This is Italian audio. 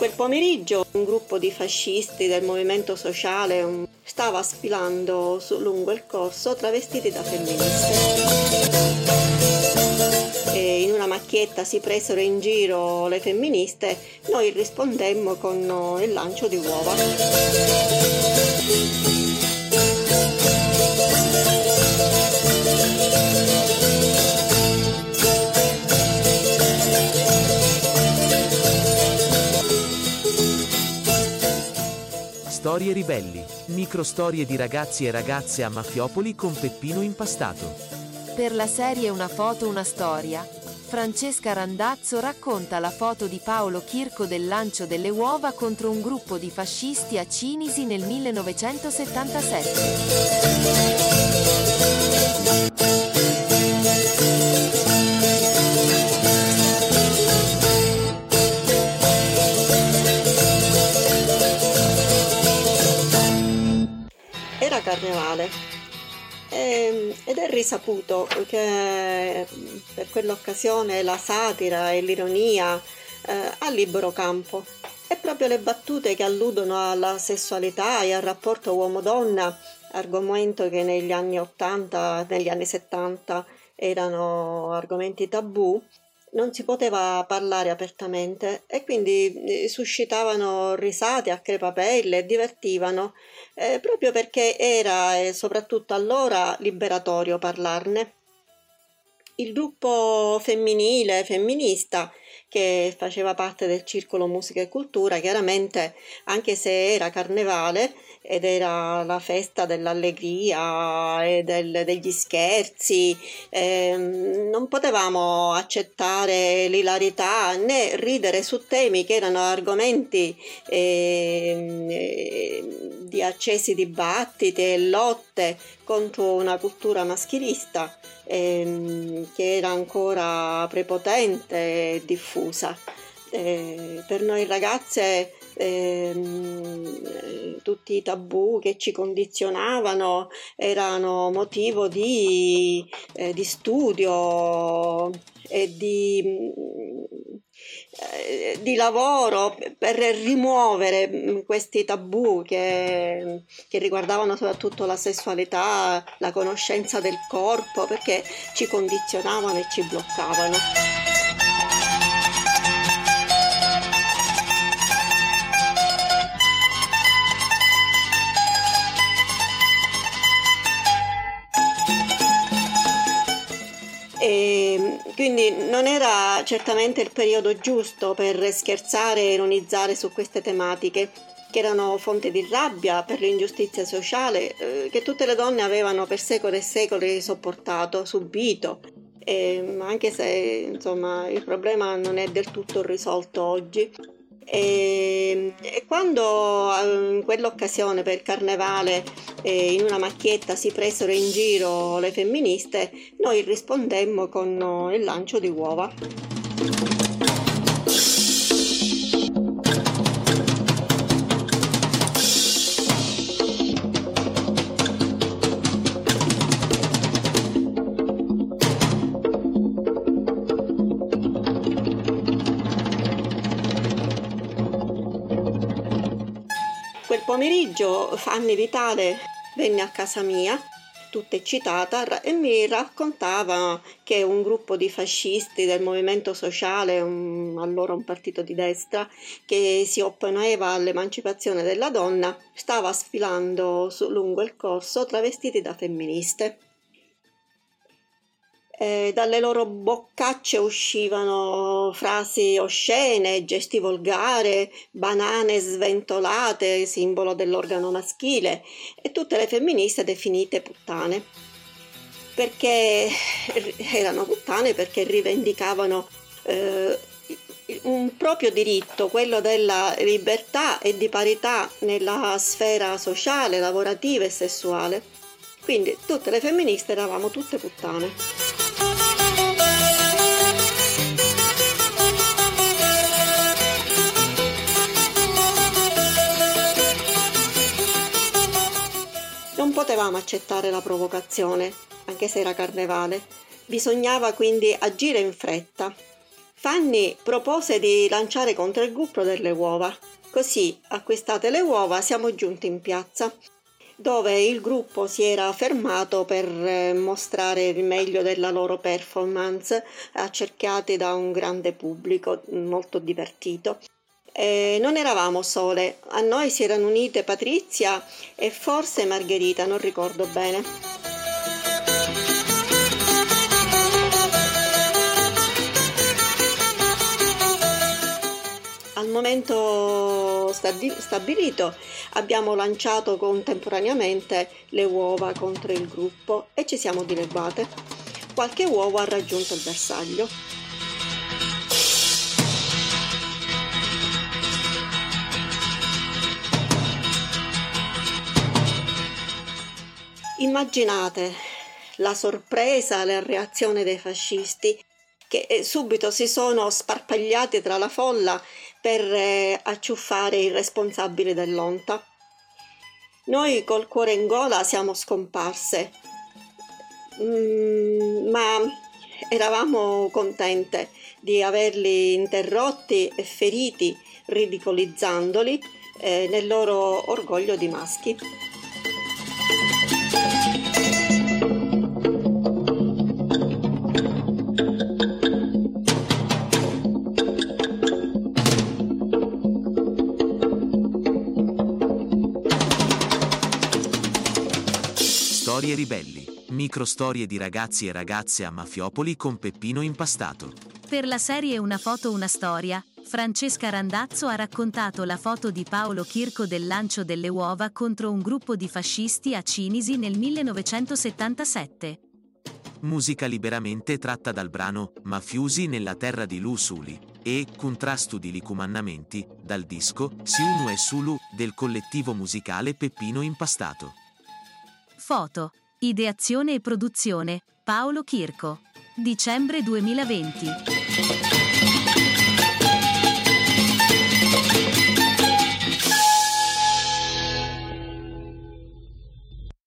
Quel pomeriggio un gruppo di fascisti del movimento sociale stava sfilando lungo il corso travestiti da femministe. E in una macchietta si presero in giro le femministe, noi rispondemmo con il lancio di uova. Storie ribelli, microstorie di ragazzi e ragazze a Maffiopoli con Peppino Impastato. Per la serie Una foto, una storia, Francesca Randazzo racconta la foto di Paolo Chirco del lancio delle uova contro un gruppo di fascisti a Cinisi nel 1977. Era carnevale ed è risaputo che per quell'occasione la satira e l'ironia ha libero campo e proprio le battute che alludono alla sessualità e al rapporto uomo-donna, argomento che negli anni 80, negli anni 70 erano argomenti tabù, non si poteva parlare apertamente e quindi suscitavano risate a crepapelle e divertivano, proprio perché era soprattutto allora liberatorio parlarne. Il gruppo femminista che faceva parte del Circolo Musica e Cultura, chiaramente, anche se era carnevale ed era la festa dell'allegria e degli scherzi, non potevamo accettare l'ilarità né ridere su temi che erano argomenti di accesi dibattiti e lotte contro una cultura maschilista che era ancora prepotente e diffusa. Per noi ragazze tutti i tabù che ci condizionavano erano motivo di studio e di lavoro per rimuovere questi tabù che riguardavano soprattutto la sessualità, la conoscenza del corpo, perché ci condizionavano e ci bloccavano. E quindi non era certamente il periodo giusto per scherzare e ironizzare su queste tematiche, che erano fonte di rabbia per l'ingiustizia sociale che tutte le donne avevano per secoli e secoli sopportato, subito, anche se insomma il problema non è del tutto risolto oggi. E quando in quell'occasione per il carnevale in una macchietta si presero in giro le femministe, noi rispondemmo con il lancio di uova. Quel pomeriggio Fanny Vitale venne a casa mia, tutta eccitata, e mi raccontava che un gruppo di fascisti del movimento sociale, allora un partito di destra, che si opponeva all'emancipazione della donna, stava sfilando lungo il corso travestiti da femministe. Dalle loro boccacce uscivano frasi oscene, gesti volgari, banane sventolate, simbolo dell'organo maschile, e tutte le femministe definite puttane. Perché erano puttane, perché rivendicavano un proprio diritto, quello della libertà e di parità nella sfera sociale, lavorativa e sessuale. Quindi tutte le femministe eravamo tutte puttane. Non potevamo accettare la provocazione, anche se era carnevale. Bisognava quindi agire in fretta. Fanny propose di lanciare contro il gruppo delle uova. Così, acquistate le uova, siamo giunti in piazza, dove il gruppo si era fermato per mostrare il meglio della loro performance, accerchiati da un grande pubblico molto divertito. Non eravamo sole, a noi si erano unite Patrizia e forse Margherita, non ricordo bene. Al momento stabilito abbiamo lanciato contemporaneamente le uova contro il gruppo e ci siamo dileguate. Qualche uovo ha raggiunto il bersaglio. Immaginate la sorpresa, la reazione dei fascisti che subito si sono sparpagliati tra la folla per acciuffare il responsabile dell'onta. Noi col cuore in gola siamo scomparse, ma eravamo contente di averli interrotti e feriti, ridicolizzandoli nel loro orgoglio di maschi. Storie ribelli, microstorie di ragazzi e ragazze a Mafiopoli con Peppino Impastato. Per la serie Una foto, una storia, Francesca Randazzo ha raccontato la foto di Paolo Chirco del lancio delle uova contro un gruppo di fascisti a Cinisi nel 1977. Musica liberamente tratta dal brano Mafiosi nella terra di Lu Suli e Contrastu di Licumannamenti dal disco Si Unu e Sulu del collettivo musicale Peppino Impastato. Foto, ideazione e produzione, Paolo Chirco. Dicembre 2020.